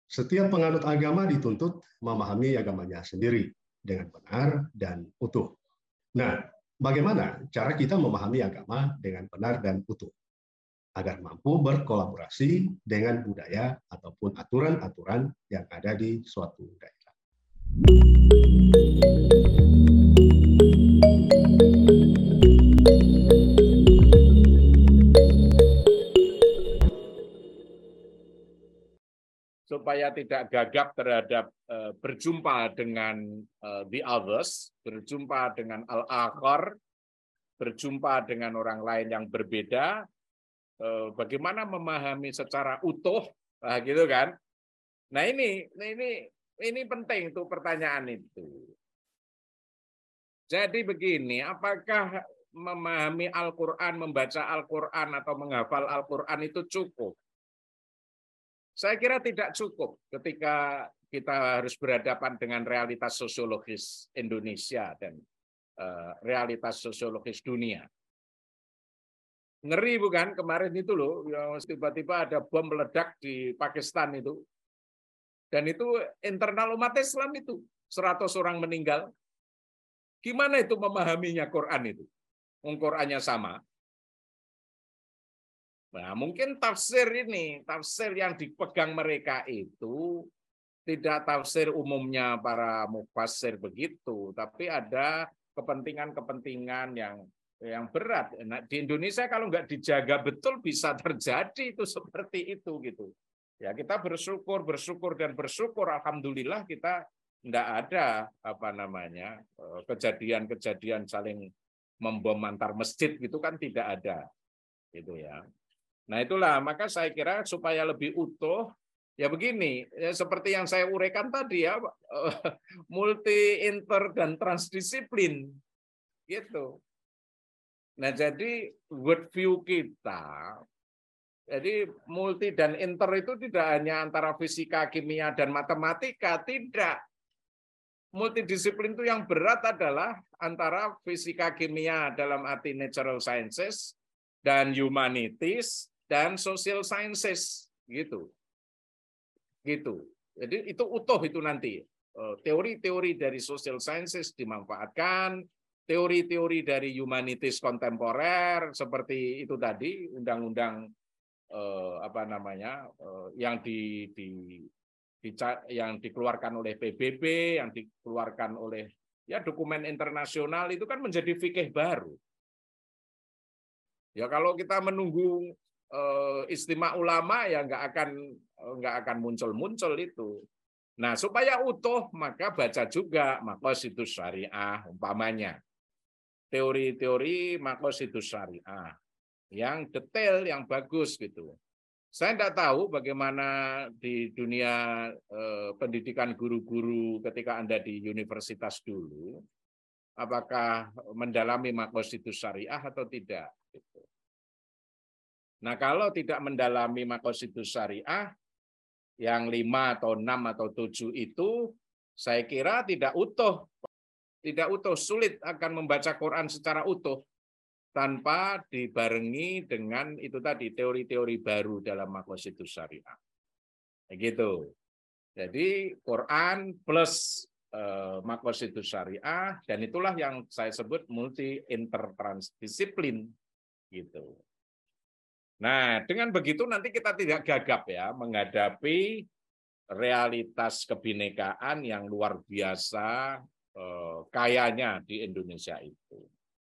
Setiap penganut agama dituntut memahami agamanya sendiri dengan benar dan utuh. Nah, bagaimana cara kita memahami agama dengan benar dan utuh agar mampu berkolaborasi dengan budaya ataupun aturan-aturan yang ada di suatu daerah? Supaya tidak gagap terhadap berjumpa dengan the others, berjumpa dengan al-akhar, berjumpa dengan orang lain yang berbeda, bagaimana memahami secara utuh, gitu kan? Nah ini penting tuh pertanyaan itu. Jadi begini, apakah memahami Al-Quran, membaca Al-Quran atau menghafal Al-Quran itu cukup? Saya kira tidak cukup ketika kita harus berhadapan dengan realitas sosiologis Indonesia dan realitas sosiologis dunia. Ngeri bukan kemarin itu loh, tiba-tiba ada bom meledak di Pakistan itu. Dan itu internal umat Islam itu, 100 orang meninggal. Gimana itu memahaminya Quran itu? Qurannya sama. Nah, mungkin tafsir yang dipegang mereka itu tidak tafsir umumnya para mufassir begitu, tapi ada kepentingan-kepentingan yang berat. Nah, di Indonesia kalau nggak dijaga betul bisa terjadi itu seperti itu gitu. Ya kita bersyukur dan bersyukur, alhamdulillah kita nggak ada kejadian-kejadian saling membom antar masjid gitu kan tidak ada gitu ya. Nah itulah, maka saya kira supaya lebih utuh, ya begini, ya seperti yang saya uraikan tadi ya, multi, inter, dan transdisiplin, gitu. Nah jadi worldview kita, jadi multi dan inter itu tidak hanya antara fisika, kimia, dan matematika, tidak. Multidisiplin itu yang berat adalah antara fisika, kimia dalam arti natural sciences, dan humanities, dan social sciences gitu. Jadi itu utuh itu nanti. Teori-teori dari social sciences dimanfaatkan, teori-teori dari humanities kontemporer seperti itu tadi, undang-undang yang dikeluarkan oleh PBB, yang dikeluarkan oleh ya dokumen internasional itu kan menjadi fikih baru. Ya kalau kita menunggu istimewa ulama ya nggak akan muncul itu. Nah supaya utuh maka baca juga maqasidus syariah umpamanya, teori-teori maqasidus syariah yang detail, yang bagus gitu. Saya tidak tahu bagaimana di dunia pendidikan guru-guru ketika Anda di universitas dulu, apakah mendalami maqasidus syariah atau tidak. Gitu. Nah, kalau tidak mendalami maqasidus syariah, yang 5 atau 6 atau 7 itu, saya kira tidak utuh. Tidak utuh, sulit akan membaca Quran secara utuh tanpa dibarengi dengan itu tadi, teori-teori baru dalam maqasidus syariah. Begitu. Jadi, Quran plus maqasidus syariah, dan itulah yang saya sebut multi-intertransdisiplin. Gitu. Nah, dengan begitu nanti kita tidak gagap ya menghadapi realitas kebinekaan yang luar biasa kayanya di Indonesia itu.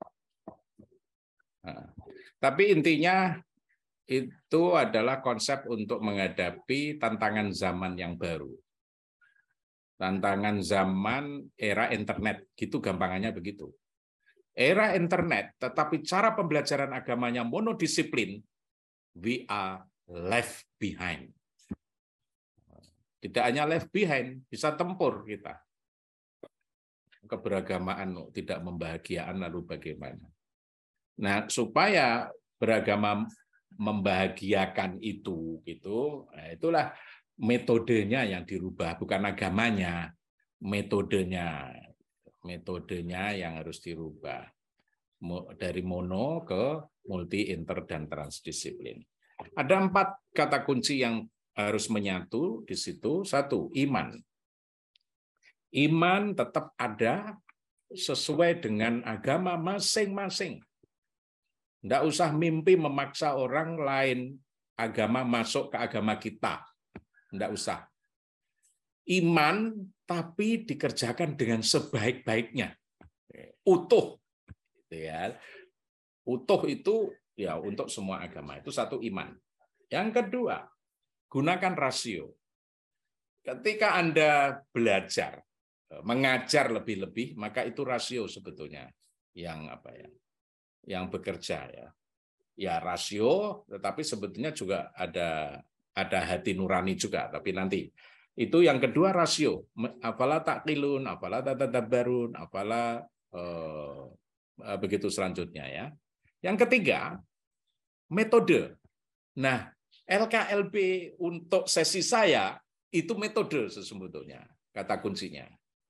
Nah, tapi intinya itu adalah konsep untuk menghadapi tantangan zaman yang baru. Tantangan zaman era internet, gitu gampangannya begitu. Era internet, tetapi cara pembelajaran agamanya monodisiplin, we are left behind. Tidak hanya left behind, bisa tempur kita. Keberagamaan tidak membahagiakan lalu bagaimana. Nah, supaya beragama membahagiakan itu gitu, nah itulah metodenya yang dirubah, bukan agamanya, metodenya yang harus dirubah dari mono ke multi, inter, dan transdisiplin. Ada 4 kata kunci yang harus menyatu di situ. Satu, iman. Iman tetap ada sesuai dengan agama masing-masing. Tidak usah mimpi memaksa orang lain agama masuk ke agama kita. Tidak usah. Iman tapi dikerjakan dengan sebaik-baiknya. Utuh. Ya. Utuh itu ya untuk semua agama. Itu satu, iman. Yang kedua, gunakan rasio. Ketika Anda belajar, mengajar lebih-lebih, maka itu rasio sebetulnya yang apa ya, yang bekerja ya. Ya rasio, tetapi sebetulnya juga ada hati nurani juga. Tapi nanti itu yang kedua, rasio. Apalah taklilun, apalah tatadabbarun, apalah begitu selanjutnya ya. Yang ketiga, metode. Nah, LKLB untuk sesi saya itu metode sesungguhnya, kata kuncinya.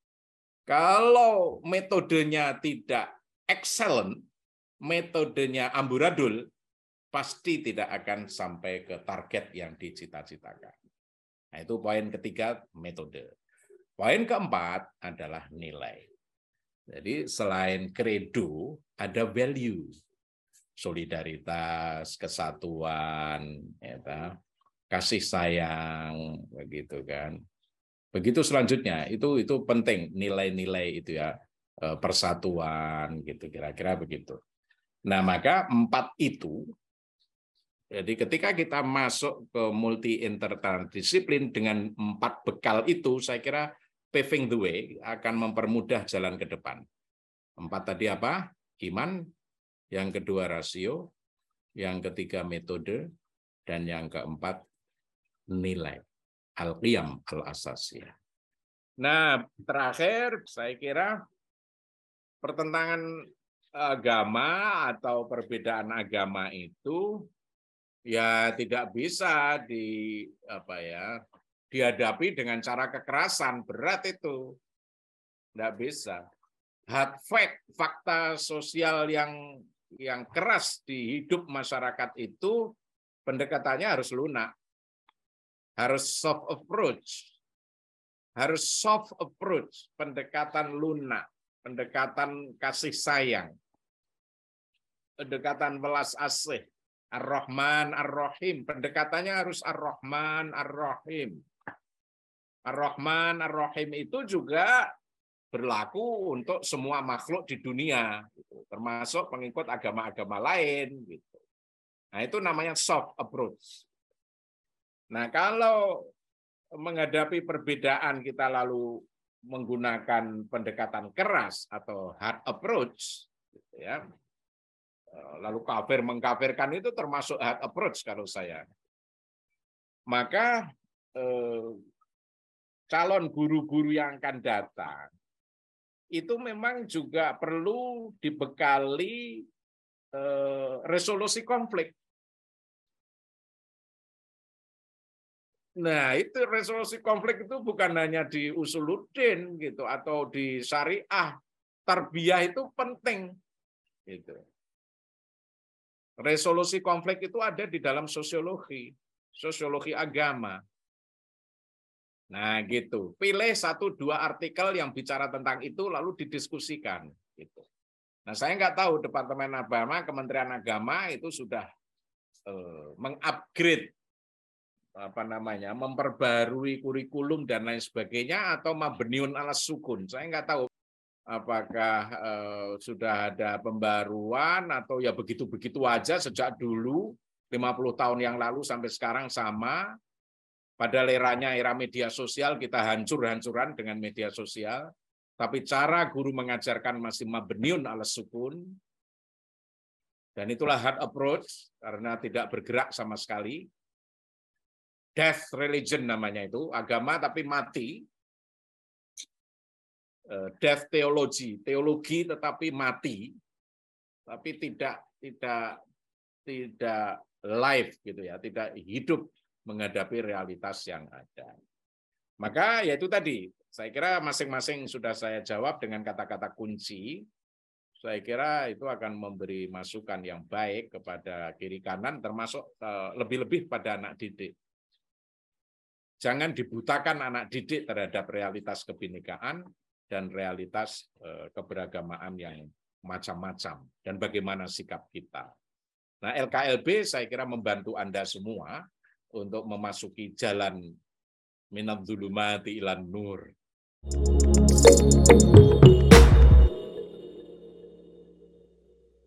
Kalau metodenya tidak excellent, metodenya amburadul, pasti tidak akan sampai ke target yang dicita-citakan. Nah, itu poin ketiga, metode. Poin keempat adalah nilai. Jadi selain kredo, ada value. Solidaritas, kesatuan, ya, kasih sayang, begitu kan. Begitu selanjutnya, itu penting, nilai-nilai itu ya, persatuan, gitu kira-kira begitu. Nah, maka 4 itu, jadi ketika kita masuk ke multi interdisiplin dengan 4 bekal itu, saya kira paving the way akan mempermudah jalan ke depan. 4 tadi apa? Iman, yang kedua rasio, yang ketiga metode, dan yang keempat nilai. Al-qiyam al-asasiyah. Nah, terakhir saya kira pertentangan agama atau perbedaan agama itu ya tidak bisa dihadapi dengan cara kekerasan, berat itu. Tidak bisa. Hard fact, fakta sosial yang keras di hidup masyarakat itu pendekatannya harus lunak. Harus soft approach. Harus soft approach, pendekatan lunak, pendekatan kasih sayang, pendekatan welas asih, Ar-Rahman, Ar-Rahim. Pendekatannya harus Ar-Rahman, Ar-Rahim. Ar-Rahman, Ar-Rahim itu juga berlaku untuk semua makhluk di dunia, gitu, termasuk pengikut agama-agama lain. Gitu. Nah, itu namanya soft approach. Nah, kalau menghadapi perbedaan kita lalu menggunakan pendekatan keras atau hard approach, gitu ya, lalu kafir mengkafirkan, itu termasuk hard approach kalau saya. Maka calon guru-guru yang akan datang itu memang juga perlu dibekali resolusi konflik. Nah, itu resolusi konflik itu bukan hanya di usuluddin gitu atau di syariah. Tarbiyah itu penting gitu. Resolusi konflik itu ada di dalam sosiologi agama. Nah, gitu. Pilih 1-2 artikel yang bicara tentang itu lalu didiskusikan gitu. Nah, saya nggak tahu Departemen Agama, Kementerian Agama itu sudah mengupgrade memperbarui kurikulum dan lain sebagainya atau mabniun alas sukun. Saya nggak tahu apakah sudah ada pembaruan atau ya begitu-begitu aja sejak dulu 50 tahun yang lalu sampai sekarang sama. Padahal era media sosial, kita hancur-hancuran dengan media sosial, tapi cara guru mengajarkan masih mabniun alas sukun, dan itulah hard approach karena tidak bergerak sama sekali. Death religion namanya itu, agama tapi mati. Death theology, teologi tetapi mati, tapi tidak live gitu ya, tidak hidup menghadapi realitas yang ada. Maka ya itu tadi, saya kira masing-masing sudah saya jawab dengan kata-kata kunci. Saya kira itu akan memberi masukan yang baik kepada kiri kanan, termasuk lebih-lebih pada anak didik. Jangan dibutakan anak didik terhadap realitas kebinekaan dan realitas keberagamaan yang macam-macam dan bagaimana sikap kita. Nah, LKLB saya kira membantu Anda semua untuk memasuki jalan minadz dzulumati ilan nur.